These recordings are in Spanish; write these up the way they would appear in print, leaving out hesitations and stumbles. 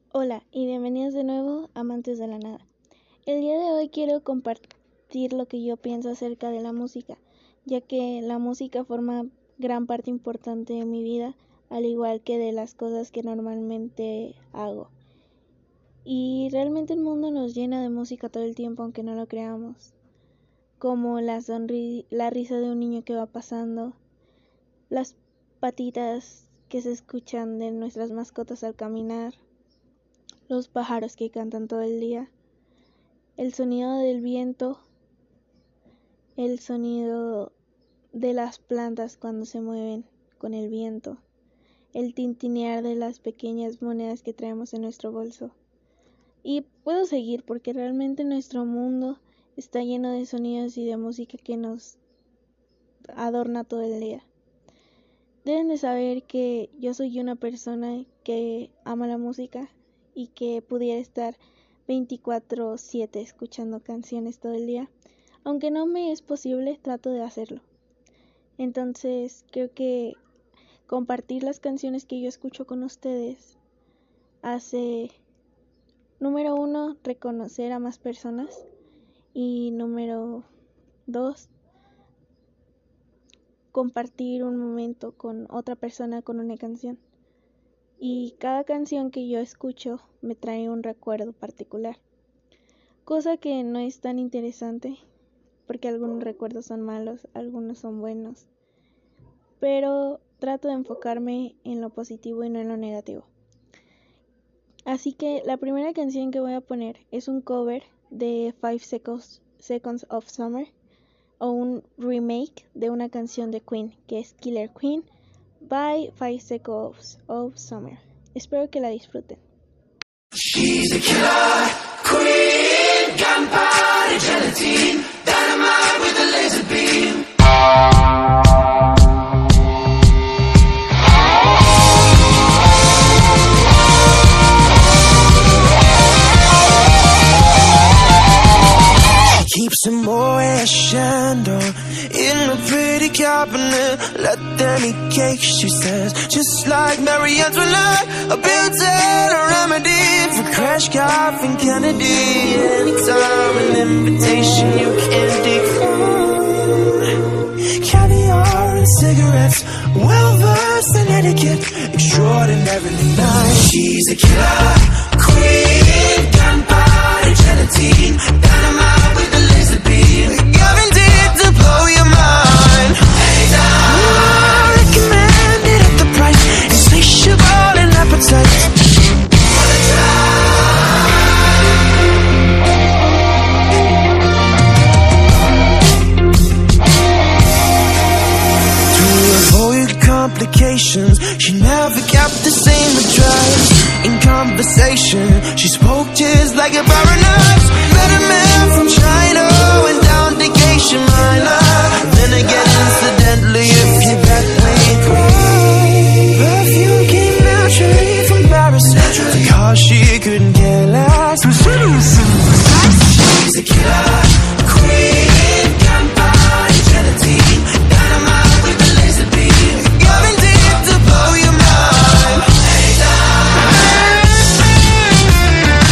Hola y bienvenidos de nuevo, amantes de la nada. El día de hoy quiero compartir lo que yo pienso acerca de la música, ya que la música forma gran parte importante de mi vida, al igual que de las cosas que normalmente hago. Y realmente el mundo nos llena de música todo el tiempo, aunque no lo creamos, como la risa de un niño que va pasando, las patitas que se escuchan de nuestras mascotas al caminar, los pájaros que cantan todo el día, el sonido del viento, el sonido de las plantas cuando se mueven con el viento, el tintinear de las pequeñas monedas que traemos en nuestro bolso. Y puedo seguir porque realmente nuestro mundo está lleno de sonidos y de música que nos adorna todo el día. Deben de saber que yo soy una persona que ama la música y que pudiera estar 24/7 escuchando canciones todo el día. Aunque no me es posible, trato de hacerlo. Entonces creo que compartir las canciones que yo escucho con ustedes hace, número 1, reconocer a más personas, y número 2, compartir un momento con otra persona con una canción. Y cada canción que yo escucho me trae un recuerdo particular, cosa que no es tan interesante porque algunos recuerdos son malos, algunos son buenos, pero trato de enfocarme en lo positivo y no en lo negativo. Así que la primera canción que voy a poner es un cover de 5 Seconds of Summer, o un remake de una canción de Queen, que es Killer Queen by 5 Seconds of Summer. Espero que la disfruten. She's a killer queen, gunpowder gelatine, dynamite with a laser beam. Keeps a Moet Chandon in a pretty cabinet. Let them eat cake, she says, just like Marie Antoinette. A built-in remedy for crash coughing Kennedy. Anytime an invitation you can't decline. Caviar and cigarettes, well-versed in etiquette, extraordinarily nice. She's a killer queen, gunpowder gelatine, dynamite with a laser beam, guaranteed to blow your mind. Anytime, recommended at the price, insatiable in appetite. Wanna try? To avoid complications, she never kept the same address. In conversation, she spoke just like a baroness. Met a man from China, went down to Geisha Minor. Then again, incidentally, if you're that way inclined, perfume came naturally from Paris. Because she couldn't care less. She's a killer queen, gunpowder gelatine, dynamite with a laser beam, guaranteed to blow your mind. Anytime.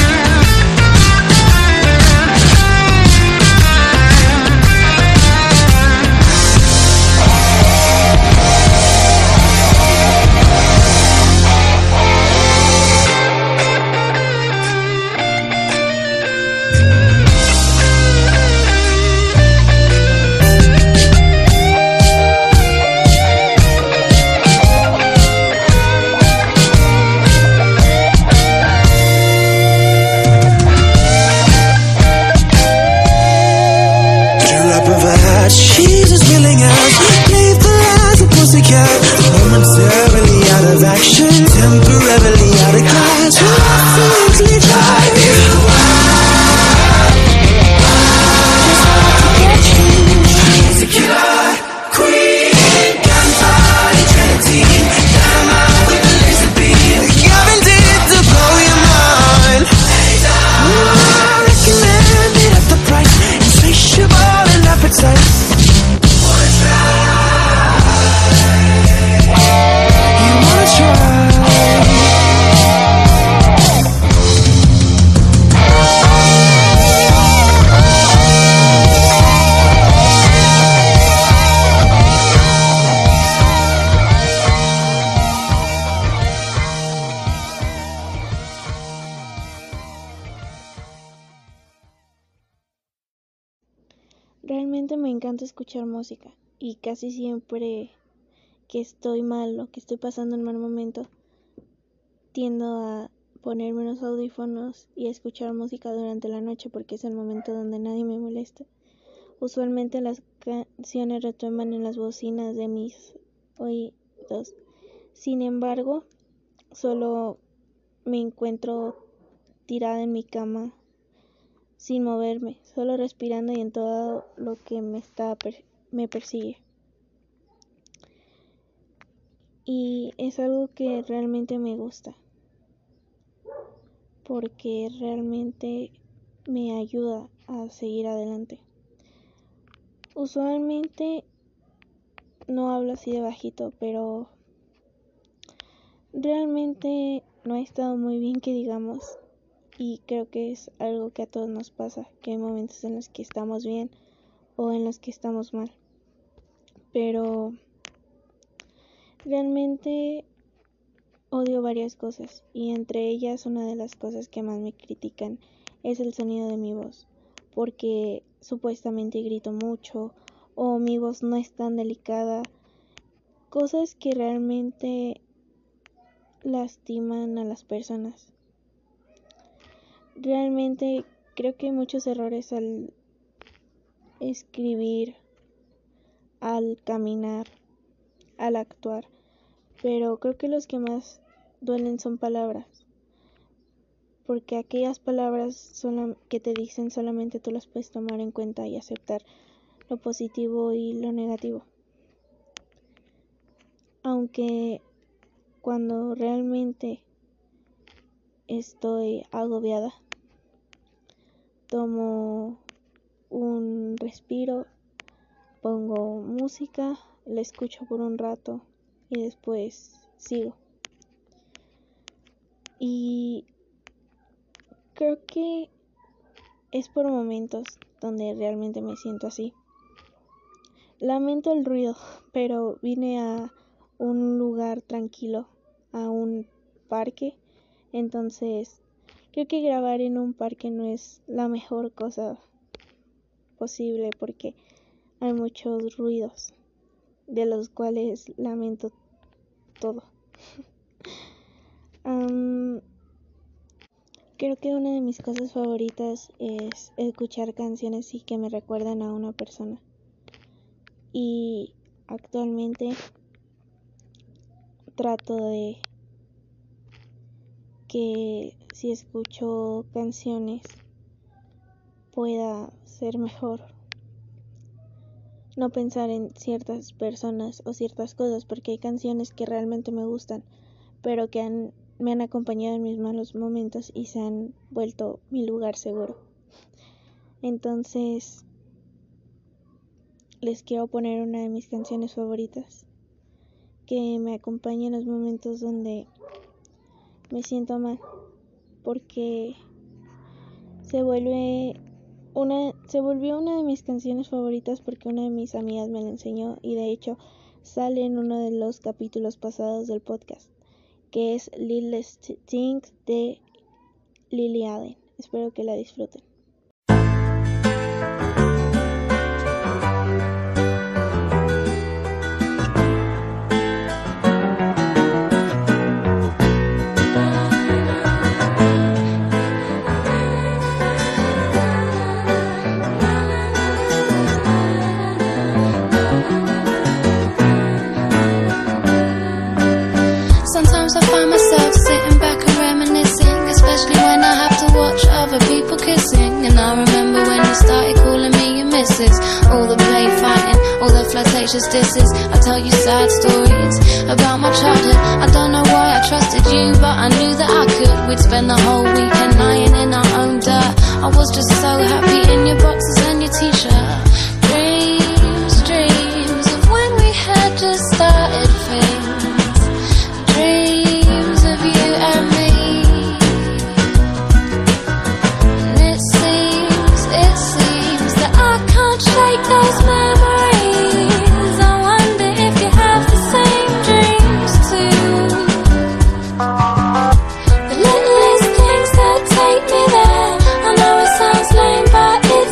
Realmente me encanta escuchar música y casi siempre que estoy mal o que estoy pasando un mal momento, tiendo a ponerme unos audífonos y escuchar música durante la noche porque es el momento donde nadie me molesta. Usualmente las canciones retumban en las bocinas de mis oídos. Sin embargo, solo me encuentro tirada en mi cama sin moverme, solo respirando y en todo lo que me persigue. Y es algo que realmente me gusta, porque realmente me ayuda a seguir adelante. Usualmente no hablo así de bajito, pero realmente no he estado muy bien que digamos, y creo que es algo que a todos nos pasa, que hay momentos en los que estamos bien o en los que estamos mal. Pero realmente odio varias cosas, y entre ellas una de las cosas que más me critican es el sonido de mi voz, porque supuestamente grito mucho o mi voz no es tan delicada, cosas que realmente lastiman a las personas. Realmente creo que hay muchos errores al escribir, al caminar, al actuar, pero creo que los que más duelen son palabras, porque aquellas palabras que te dicen solamente tú las puedes tomar en cuenta y aceptar lo positivo y lo negativo. Aunque cuando realmente estoy agobiada, tomo un respiro, pongo música, la escucho por un rato y después sigo. Y creo que es por momentos donde realmente me siento así. Lamento el ruido, pero vine a un lugar tranquilo, a un parque, entonces creo que grabar en un parque no es la mejor cosa posible porque hay muchos ruidos, de los cuales lamento todo. Creo que una de mis cosas favoritas es escuchar canciones y que me recuerdan a una persona. Y actualmente trato de que si escucho canciones pueda ser mejor. No pensar en ciertas personas o ciertas cosas, porque hay canciones que realmente me gustan, pero que me han acompañado en mis malos momentos y se han vuelto mi lugar seguro. Entonces, les quiero poner una de mis canciones favoritas, que me acompaña en los momentos donde me siento mal, porque se volvió una de mis canciones favoritas porque una de mis amigas me la enseñó y de hecho sale en uno de los capítulos pasados del podcast, que es Littlest Thing de Lily Allen. Espero que la disfruten. Sometimes I find myself sitting back and reminiscing, especially when I have to watch other people kissing. And I remember when you started calling me your missus, all the play fighting, all the flirtatious disses. I tell you sad stories about my childhood. I don't know why I trusted you, but I knew that I could. We'd spend the whole weekend lying in our own dirt. I was just so happy in your boxes and your t-shirt. Dreams of when we had just started things. Dreams of you and me. And it seems that I can't shake those memories. I wonder if you have the same dreams too. The littlest things that take me there. I know it sounds lame, but it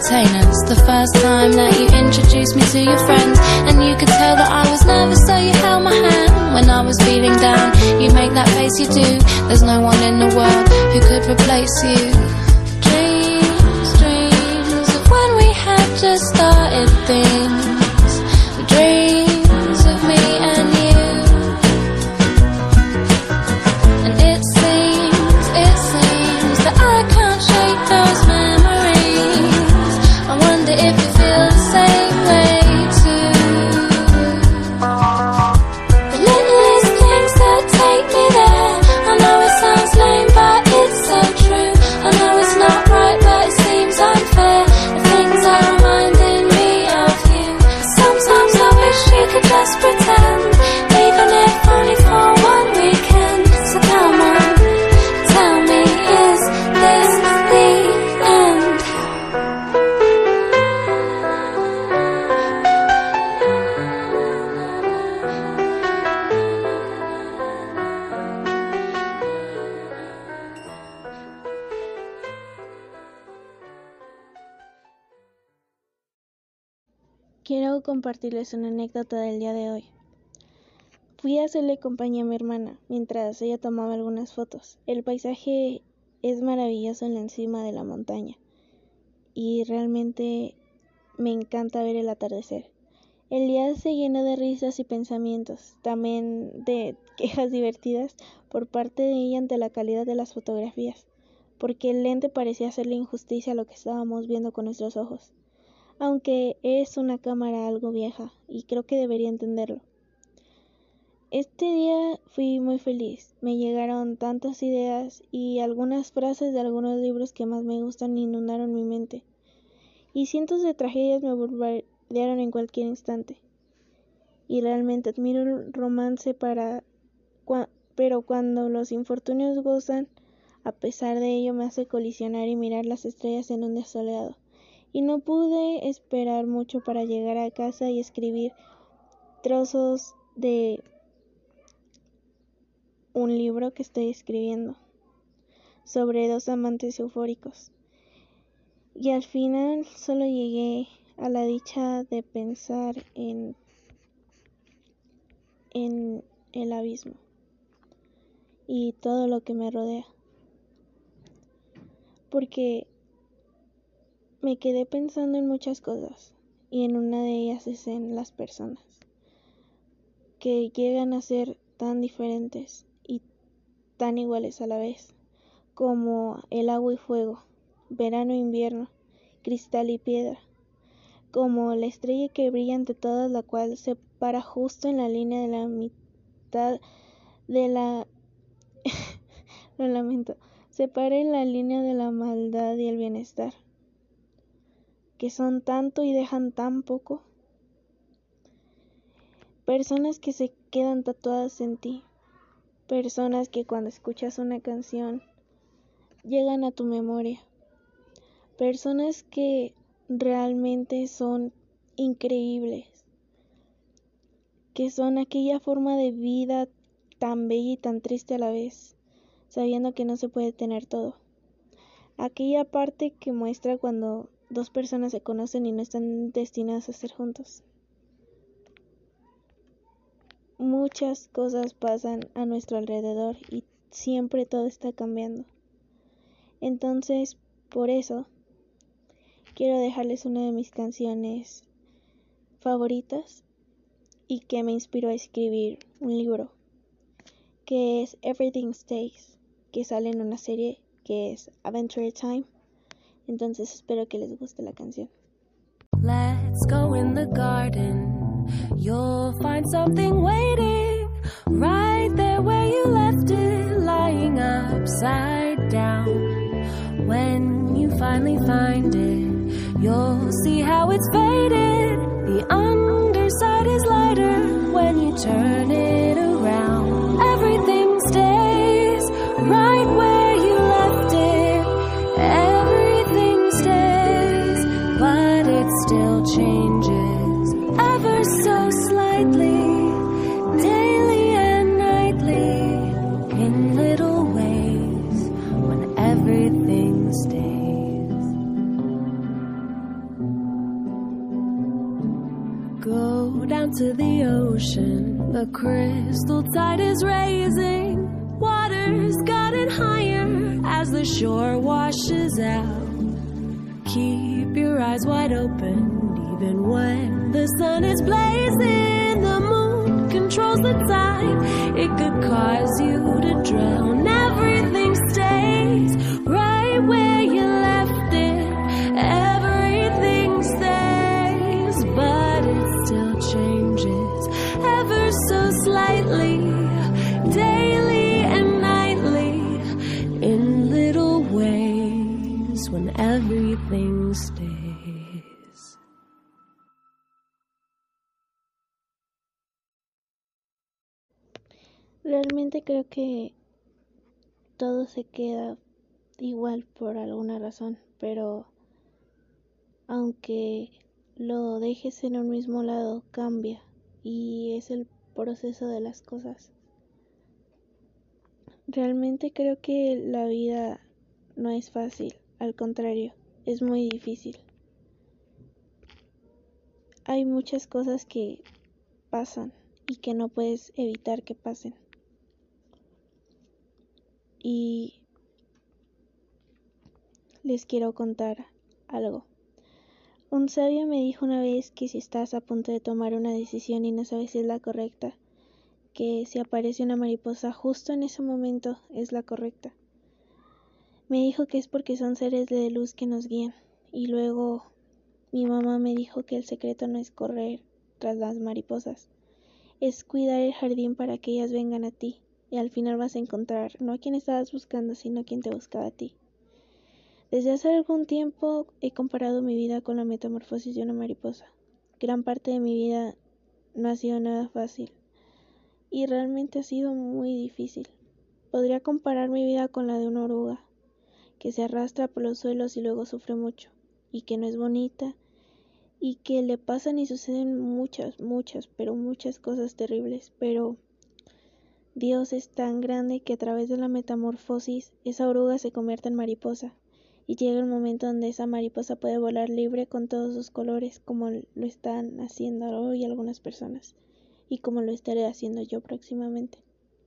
entertainers. The first time that you introduced me to your friends, and you could tell that I was nervous, so you held my hand. When I was feeling down, you make that face you do. There's no one in the world who could replace you. Dreams, dreams of when we had just started things. Dreams of me and you. And it seems that I can't shake those memories. I wonder if you feel the same way too. The littlest things that take me there. I know it sounds lame, but it's so true. I know it's not right, but it seems unfair. The things are reminding me of you. Sometimes I wish you could just pretend, even if only for one weekend. So come on, tell me, is this the end? Quiero compartirles una anécdota del día de hoy. Fui a hacerle compañía a mi hermana mientras ella tomaba algunas fotos. El paisaje es maravilloso en la encima de la montaña y realmente me encanta ver el atardecer. El día se llenó de risas y pensamientos, también de quejas divertidas por parte de ella ante la calidad de las fotografías, porque el lente parecía hacerle injusticia a lo que estábamos viendo con nuestros ojos. Aunque es una cámara algo vieja y creo que debería entenderlo. Este día fui muy feliz, me llegaron tantas ideas y algunas frases de algunos libros que más me gustan inundaron mi mente. Y cientos de tragedias me bombardearon en cualquier instante. Y realmente admiro el romance pero cuando los infortunios gozan, a pesar de ello me hace colisionar y mirar las estrellas en un día soleado. Y no pude esperar mucho para llegar a casa y escribir trozos de un libro que estoy escribiendo sobre dos amantes eufóricos. Y al final solo llegué a la dicha de pensar en el abismo y todo lo que me rodea. Porque me quedé pensando en muchas cosas y en una de ellas es en las personas que llegan a ser tan diferentes y tan iguales a la vez, como el agua y fuego, verano e invierno, cristal y piedra, como la estrella que brilla ante todas, la cual se para justo en la línea de la mitad de la lo lamento, se para en la línea de la maldad y el bienestar, que son tanto y dejan tan poco. Personas que se quedan tatuadas en ti. Personas que cuando escuchas una canción llegan a tu memoria. Personas que realmente son increíbles. Que son aquella forma de vida tan bella y tan triste a la vez, sabiendo que no se puede tener todo. Aquella parte que muestra cuando dos personas se conocen y no están destinadas a ser juntos. Muchas cosas pasan a nuestro alrededor y siempre todo está cambiando. Entonces, por eso, quiero dejarles una de mis canciones favoritas y que me inspiró a escribir un libro, que es Everything Stays, que sale en una serie que es Adventure Time. Entonces espero que les guste la canción. Let's go in the garden. You'll find something waiting right there where you left it, lying upside down. When you finally find it, you'll see how it's faded. The underside is lighter when you turn it around. Everything stays right where you left it. Everything stays, but it still changes ever so slightly, daily and nightly, in little ways, when everything stays. down to the ocean. The crystal tide is raising. Water's gotten higher as the shore washes out. Keep your eyes wide open, even when the sun is blazing. The moon controls the tide. It could cause you to drown. Everything stays right where you left it. Everything stays, but it still changes ever so slightly, daily and nightly, in little ways when everything stays. Realmente creo que todo se queda igual por alguna razón, pero aunque lo dejes en un mismo lado, cambia y es el proceso de las cosas. Realmente creo que la vida no es fácil, al contrario, es muy difícil. Hay muchas cosas que pasan y que no puedes evitar que pasen. Y les quiero contar algo. Un sabio me dijo una vez que si estás a punto de tomar una decisión y no sabes si es la correcta, que si aparece una mariposa justo en ese momento es la correcta. Me dijo que es porque son seres de luz que nos guían. Y luego mi mamá me dijo que el secreto no es correr tras las mariposas, es cuidar el jardín para que ellas vengan a ti. Y al final vas a encontrar no a quien estabas buscando, sino a quien te buscaba a ti. Desde hace algún tiempo he comparado mi vida con la metamorfosis de una mariposa. Gran parte de mi vida no ha sido nada fácil y realmente ha sido muy difícil. Podría comparar mi vida con la de una oruga, que se arrastra por los suelos y luego sufre mucho, y que no es bonita, y que le pasan y suceden muchas cosas terribles, pero Dios es tan grande que a través de la metamorfosis esa oruga se convierte en mariposa y llega el momento donde esa mariposa puede volar libre con todos sus colores, como lo están haciendo hoy algunas personas y como lo estaré haciendo yo próximamente.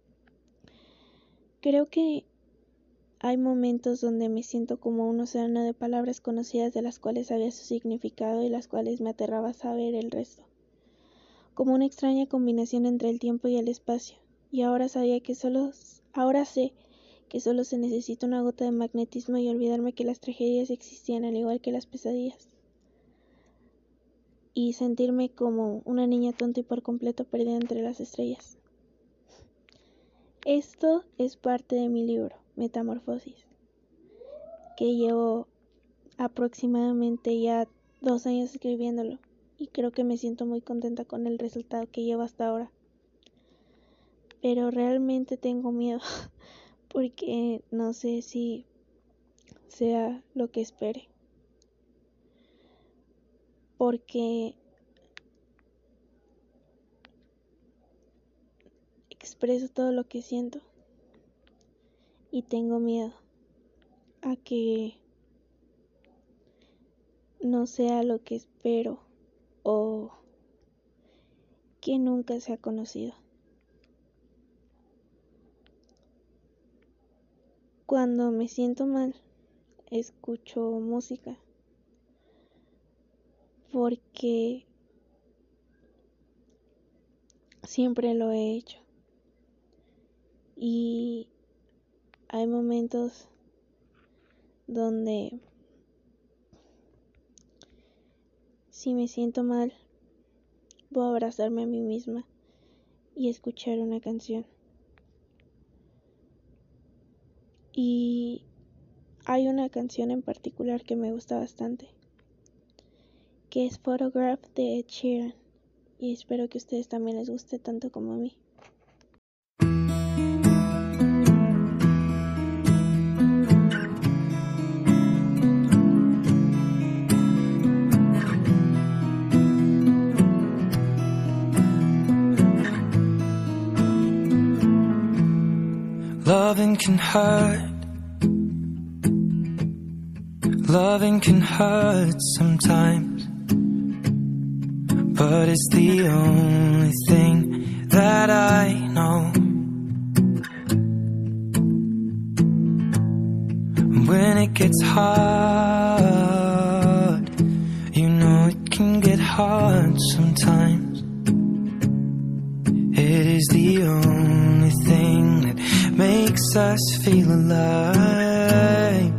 Creo que hay momentos donde me siento como un océano de palabras conocidas de las cuales sabía su significado y las cuales me aterraba saber el resto, como una extraña combinación entre el tiempo y el espacio. Y ahora sé que solo se necesita una gota de magnetismo y olvidarme que las tragedias existían al igual que las pesadillas. Y sentirme como una niña tonta y por completo perdida entre las estrellas. Esto es parte de mi libro, Metamorfosis, que llevo aproximadamente ya 2 años escribiéndolo y creo que me siento muy contenta con el resultado que llevo hasta ahora. Pero realmente tengo miedo porque no sé si sea lo que espere. Porque expreso todo lo que siento y tengo miedo a que no sea lo que espero o que nunca sea conocido. Cuando me siento mal, escucho música, porque siempre lo he hecho. Y hay momentos donde si me siento mal, voy a abrazarme a mí misma y escuchar una canción. Y hay una canción en particular que me gusta bastante, que es Photograph de Ed Sheeran, y espero que a ustedes también les guste tanto como a mí. Loving can hurt. Loving can hurt sometimes. but it's the only thing that I know. When it gets hard, you know it can get hard sometimes. It is the only thing that makes us feel alive.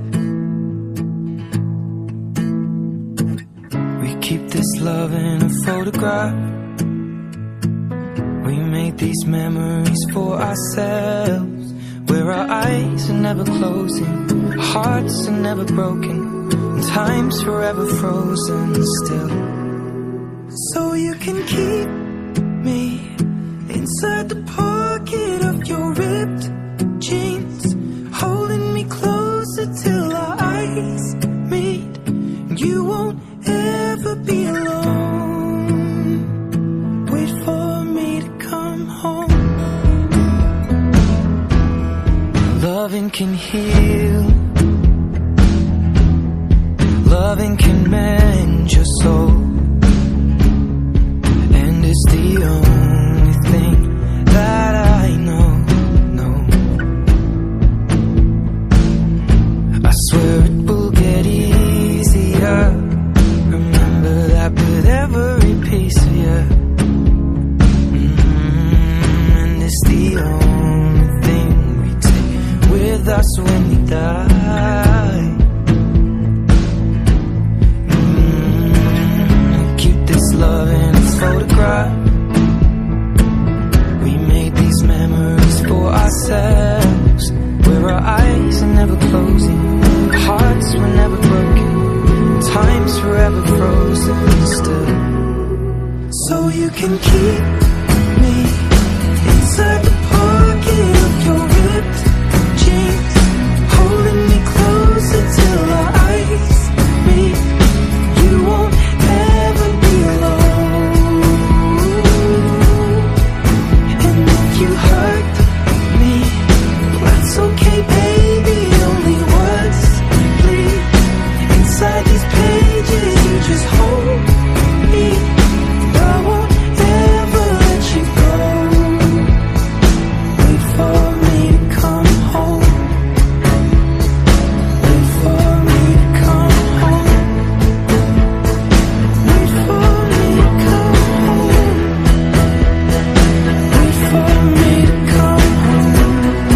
We keep this love in a photograph. We made these memories for ourselves, where our eyes are never closing, our hearts are never broken, and time's forever frozen still. So you can keep me inside the pocket of your ripped jeans, holding me closer till our eyes meet, and you won't ever be alone. Wait for me to come home. Loving can heal, loving can mend your soul, and it's the only thing that I know. I swear it will get easier. Remember that with every piece of you. And it's the only thing we take with us when we die. Keep this love in its photograph. We made these memories for ourselves, where our eyes are never closing, our hearts were never broken, time's forever frozen still. So you can keep me inside the pocket of your ripped jeans, holding me closer till our eyes meet. You won't ever be alone. And if you hurt me, that's okay, baby. Only words bleed inside these pages. You just hold me. I won't ever let you go. Wait for me to come home. Wait for me to come home. Wait for me to come home. Wait for me to come home.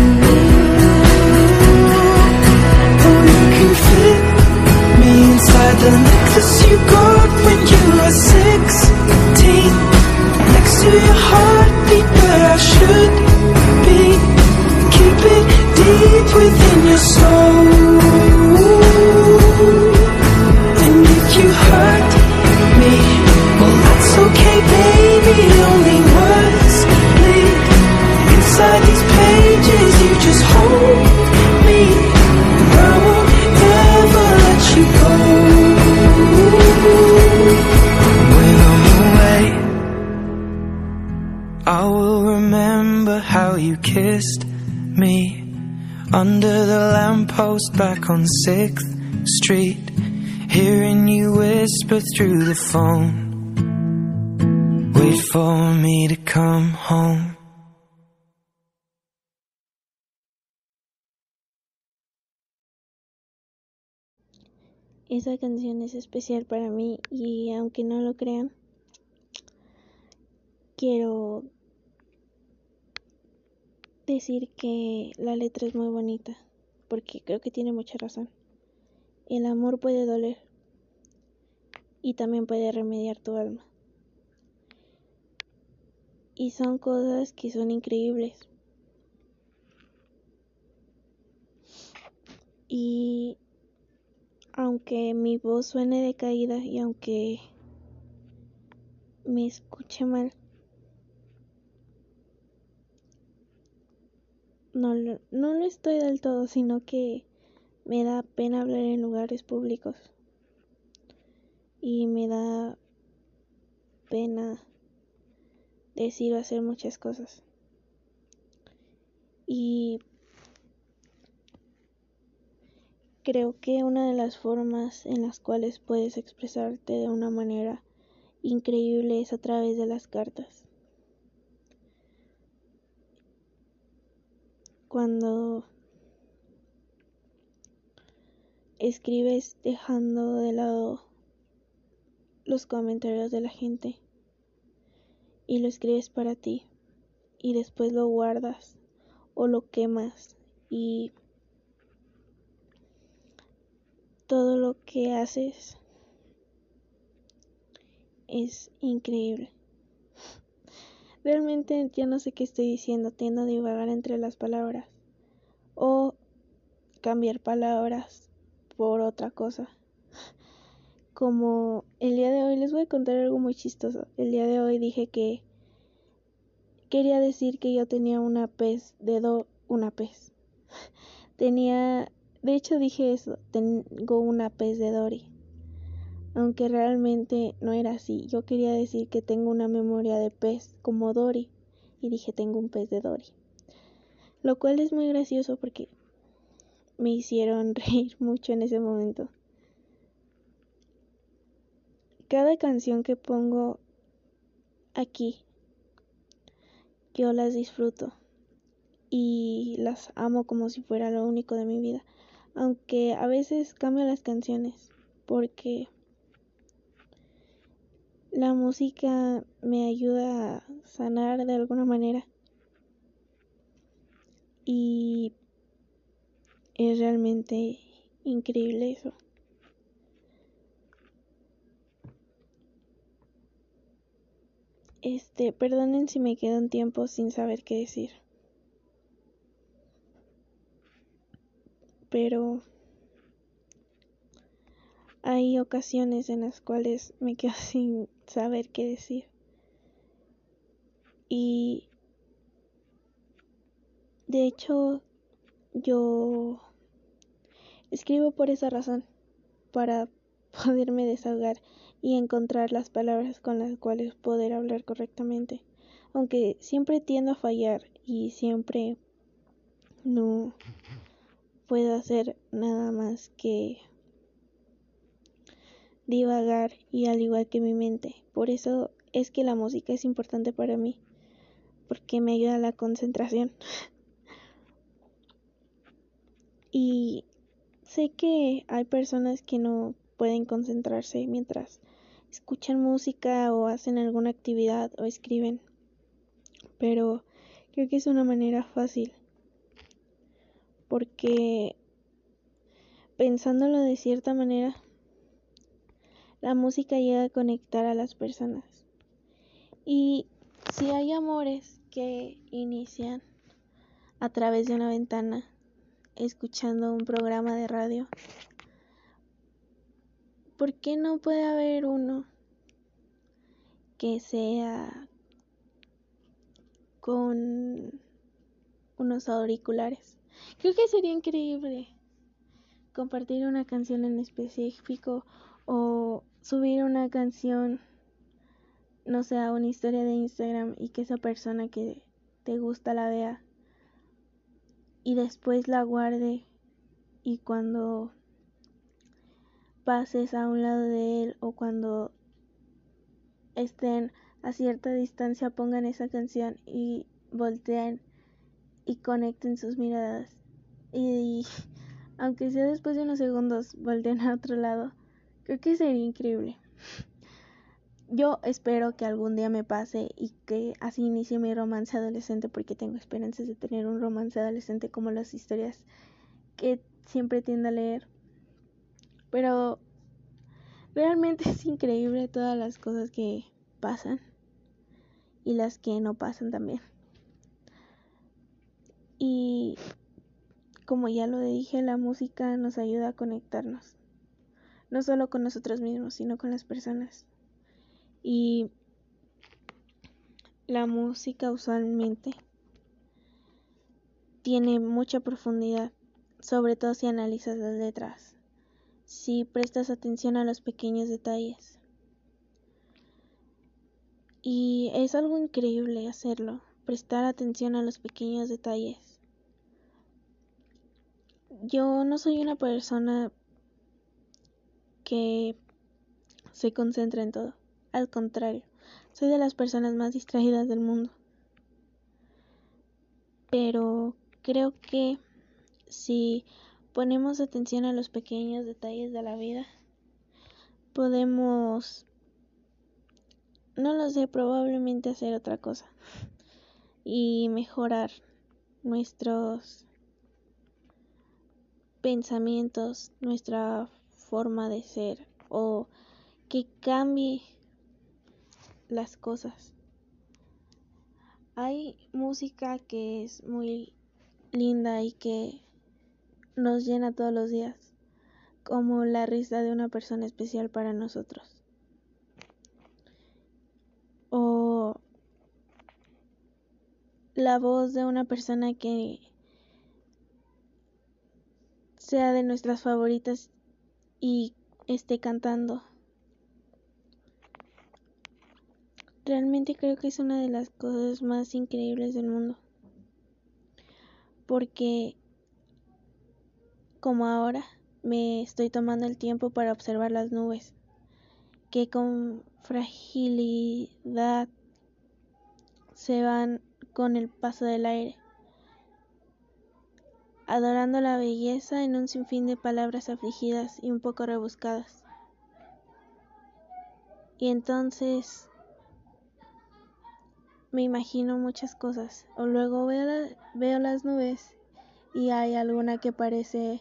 Oh, you can fit me inside the necklace you got when you were 16, next to your heartbeat where I should be. Keep it deep within your soul. And if you hurt me, well, that's okay, baby. Only words bleed inside these pages. You just hold me. I won't ever let you go. When I'm away, I will remember how you kissed me under the lamppost back on 6th Street, hearing you whisper through the phone. Wait for me to come home. Esa canción es especial para mí y aunque no lo crean, quiero decir que la letra es muy bonita, porque creo que tiene mucha razón. El amor puede doler y también puede remediar tu alma. Y son cosas que son increíbles. Y aunque mi voz suene decaída y aunque me escuche mal, no lo estoy del todo, sino que me da pena hablar en lugares públicos y me da pena decir o hacer muchas cosas. Y creo que una de las formas en las cuales puedes expresarte de una manera increíble es a través de las cartas. Cuando escribes dejando de lado los comentarios de la gente y lo escribes para ti y después lo guardas o lo quemas y todo lo que haces es increíble. Realmente ya no sé qué estoy diciendo, tiendo a divagar entre las palabras o cambiar palabras por otra cosa. Como el día de hoy les voy a contar algo muy chistoso. El día de hoy dije que quería decir que yo tenía una pez de hecho dije eso, tengo una pez de Dory. Aunque realmente no era así. Yo quería decir que tengo una memoria de pez como Dory. Y dije tengo un pez de Dory. Lo cual es muy gracioso porque me hicieron reír mucho en ese momento. Cada canción que pongo aquí, yo las disfruto. Y las amo como si fuera lo único de mi vida. Aunque a veces cambio las canciones. Porque la música me ayuda a sanar de alguna manera. Y es realmente increíble eso. Perdonen si me quedo un tiempo sin saber qué decir. Pero hay ocasiones en las cuales me quedo sin saber qué decir. Y de hecho yo escribo por esa razón, para poderme desahogar y encontrar las palabras con las cuales poder hablar correctamente. Aunque siempre tiendo a fallar y siempre no puedo hacer nada más que divagar, y al igual que mi mente. Por eso es que la música es importante para mí, porque me ayuda a la concentración. Y sé que hay personas que no pueden concentrarse mientras escuchan música o hacen alguna actividad o escriben, pero creo que es una manera fácil, porque pensándolo de cierta manera, la música llega a conectar a las personas. Y si hay amores que inician a través de una ventana, escuchando un programa de radio, ¿por qué no puede haber uno que sea con unos auriculares? Creo que sería increíble compartir una canción en específico o subir una canción, no sé, a una historia de Instagram y que esa persona que te gusta la vea y después la guarde, y cuando pases a un lado de él o cuando estén a cierta distancia pongan esa canción y volteen y conecten sus miradas, y aunque sea después de unos segundos volteen a otro lado. Creo que sería increíble. Yo espero que algún día me pase y que así inicie mi romance adolescente, porque tengo esperanzas de tener un romance adolescente como las historias que siempre tiendo a leer. Pero realmente es increíble todas las cosas que pasan y las que no pasan también. Y como ya lo dije, la música nos ayuda a conectarnos, no solo con nosotros mismos, sino con las personas. Y la música usualmente tiene mucha profundidad, sobre todo si analizas las letras, si prestas atención a los pequeños detalles. Y es algo increíble hacerlo, prestar atención a los pequeños detalles. Yo no soy una persona que se concentra en todo. al contrario, soy de las personas más distraídas del mundo. Pero creo que si ponemos atención a los pequeños detalles de la vida, podemos, no lo sé, probablemente hacer otra cosa y mejorar nuestros pensamientos, nuestra forma de ser, o que cambie las cosas. Hay música que es muy linda y que nos llena todos los días, como la risa de una persona especial para nosotros, o la voz de una persona que sea de nuestras favoritas y esté cantando. Realmente creo que es una de las cosas más increíbles del mundo, porque como ahora me estoy tomando el tiempo para observar las nubes, que con fragilidad se van con el paso del aire, adorando la belleza en un sinfín de palabras afligidas y un poco rebuscadas. Y entonces me imagino muchas cosas, o luego veo las nubes y hay alguna que parece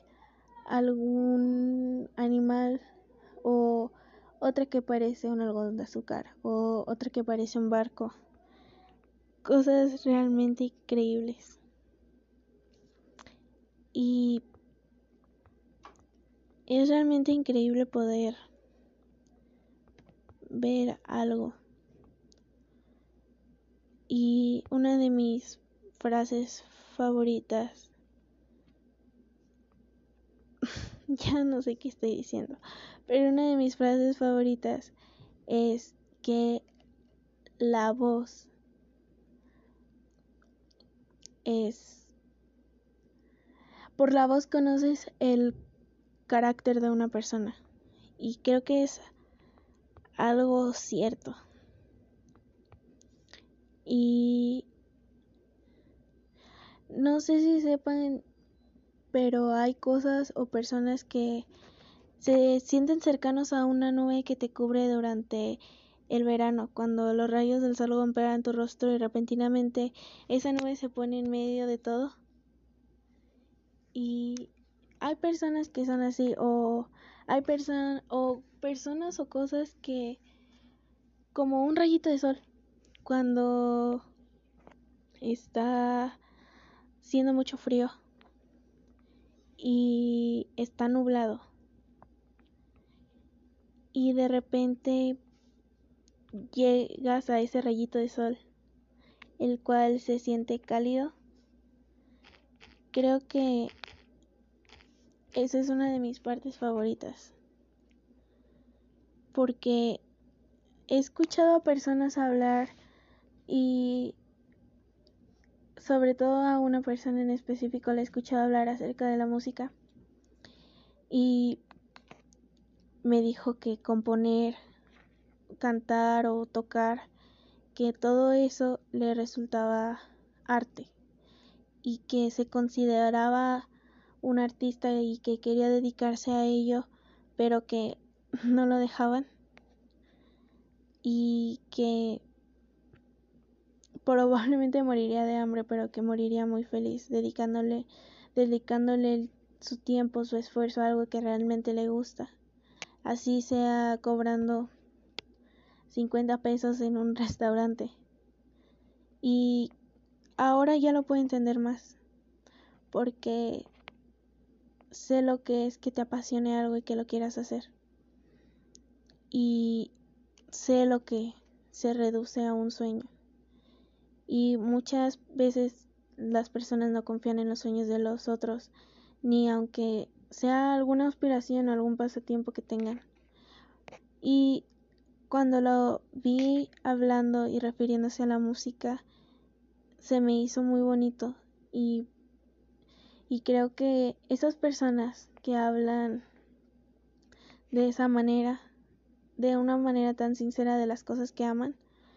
algún animal, o otra que parece un algodón de azúcar, o otra que parece un barco. Cosas realmente increíbles. Y es realmente increíble poder ver algo. Y una de mis frases favoritas, ya no sé qué estoy diciendo, pero una de mis frases favoritas es que la voz por la voz conoces el carácter de una persona, y creo que es algo cierto. Y no sé si sepan, pero hay cosas o personas que se sienten cercanos a una nube que te cubre durante el verano, cuando los rayos del sol golpean tu rostro y repentinamente esa nube se pone en medio de todo. Y hay personas que son así, o hay personas o cosas que, como un rayito de sol, cuando está haciendo mucho frío y está nublado, y de repente llegas a ese rayito de sol, el cual se siente cálido. Creo que esa es una de mis partes favoritas, porque he escuchado a personas hablar, y sobre todo a una persona en específico la he escuchado hablar acerca de la música, y me dijo que componer, cantar o tocar, que todo eso le resultaba arte, y que se consideraba un artista y que quería dedicarse a ello, pero que no lo dejaban, y que probablemente moriría de hambre, pero que moriría muy feliz dedicándole su tiempo, su esfuerzo a algo que realmente le gusta, así sea cobrando 50 pesos en un restaurante. Y ahora ya lo puedo entender más, porque sé lo que es que te apasione algo y que lo quieras hacer, y sé lo que se reduce a un sueño. Y muchas veces las personas no confían en los sueños de los otros, ni aunque sea alguna aspiración o algún pasatiempo que tengan. Y cuando lo vi hablando y refiriéndose a la música, se me hizo muy bonito, y creo que esas personas que hablan de esa manera de una manera tan sincera de las cosas que aman,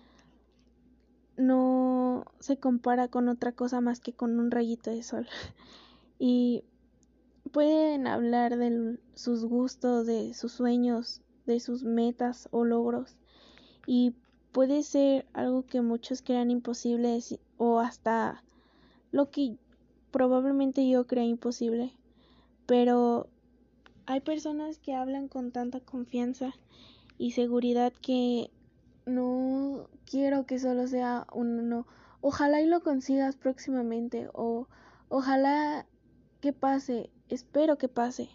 no se compara con otra cosa más que con un rayito de sol. Y pueden hablar de sus gustos, de sus sueños, de sus metas o logros, y puede ser algo que muchos crean imposible o hasta lo que probablemente yo crea imposible, pero hay personas que hablan con tanta confianza y seguridad que no quiero que solo sea un no. Ojalá y lo consigas próximamente, o ojalá que pase, espero que pase,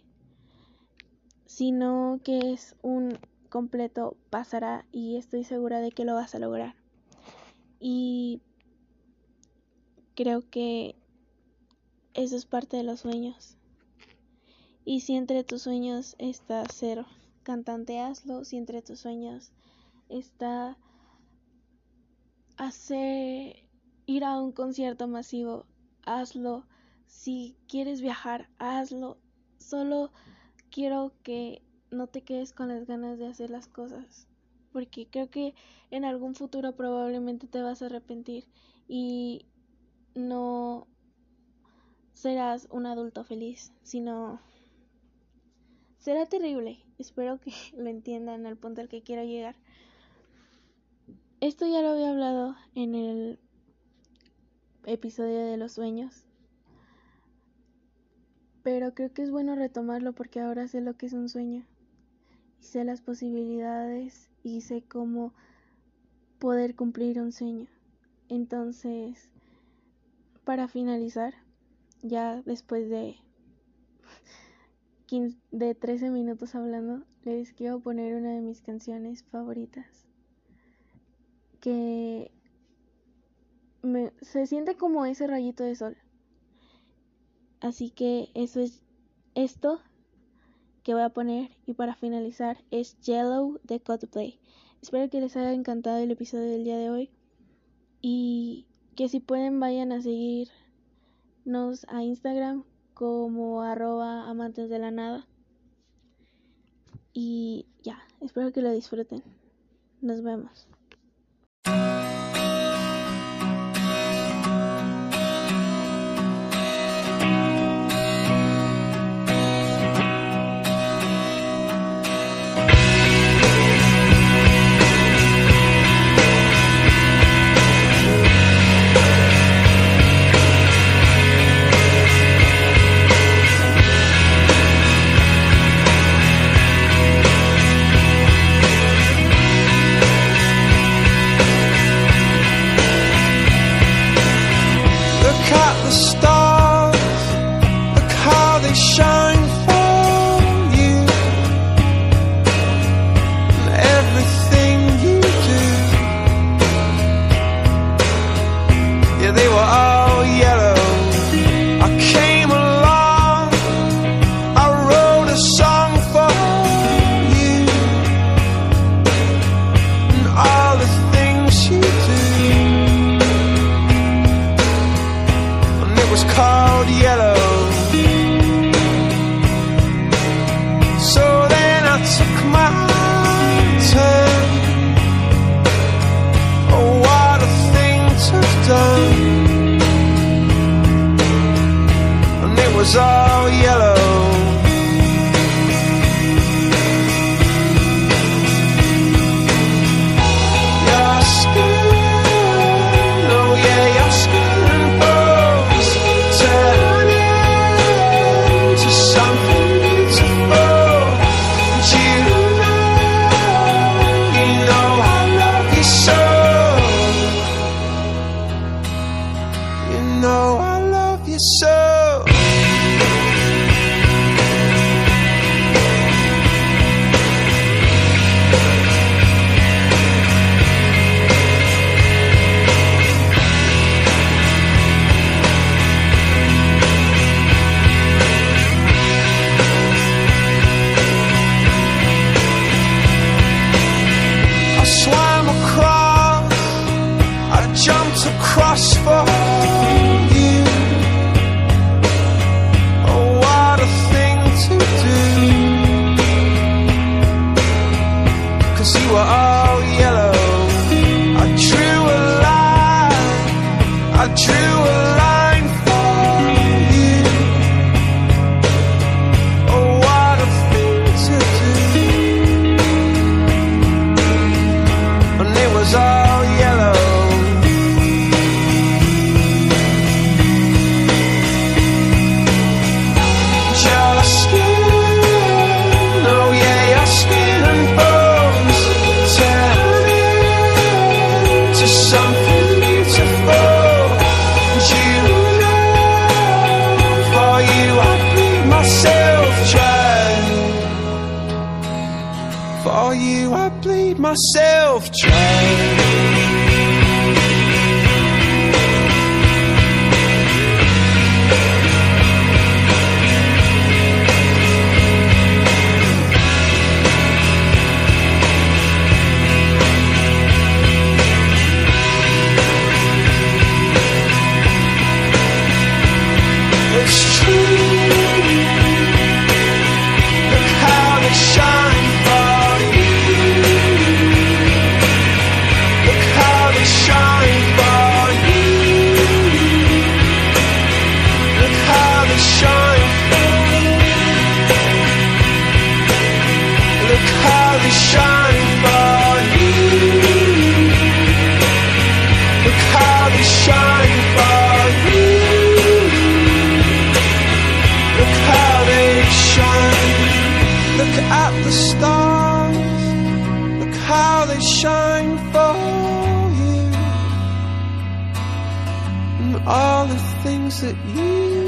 sino que es un completo pasará y estoy segura de que lo vas a lograr. Y creo que eso es parte de los sueños. Y si entre tus sueños está ser cantante, hazlo. Si entre tus sueños está ir a un concierto masivo, hazlo. Si quieres viajar, hazlo. Solo quiero que no te quedes con las ganas de hacer las cosas, porque creo que en algún futuro probablemente te vas a arrepentir y no serás un adulto feliz, sino será terrible. Espero que lo entiendan al punto al que quiero llegar. Esto ya lo había hablado en el episodio de los sueños, pero creo que es bueno retomarlo porque ahora sé lo que es un sueño y sé las posibilidades y sé cómo poder cumplir un sueño. Entonces, para finalizar, ya después de 13 minutos hablando, les quiero poner una de mis canciones favoritas, que se siente como ese rayito de sol. Así que eso es esto que voy a poner, y para finalizar es Yellow de Coldplay. Espero que les haya encantado el episodio del día de hoy y que si pueden vayan a seguirnos a Instagram como @amantesdelanada. Y ya, espero que lo disfruten. Nos vemos. for you, I bleed myself dry. All the things that you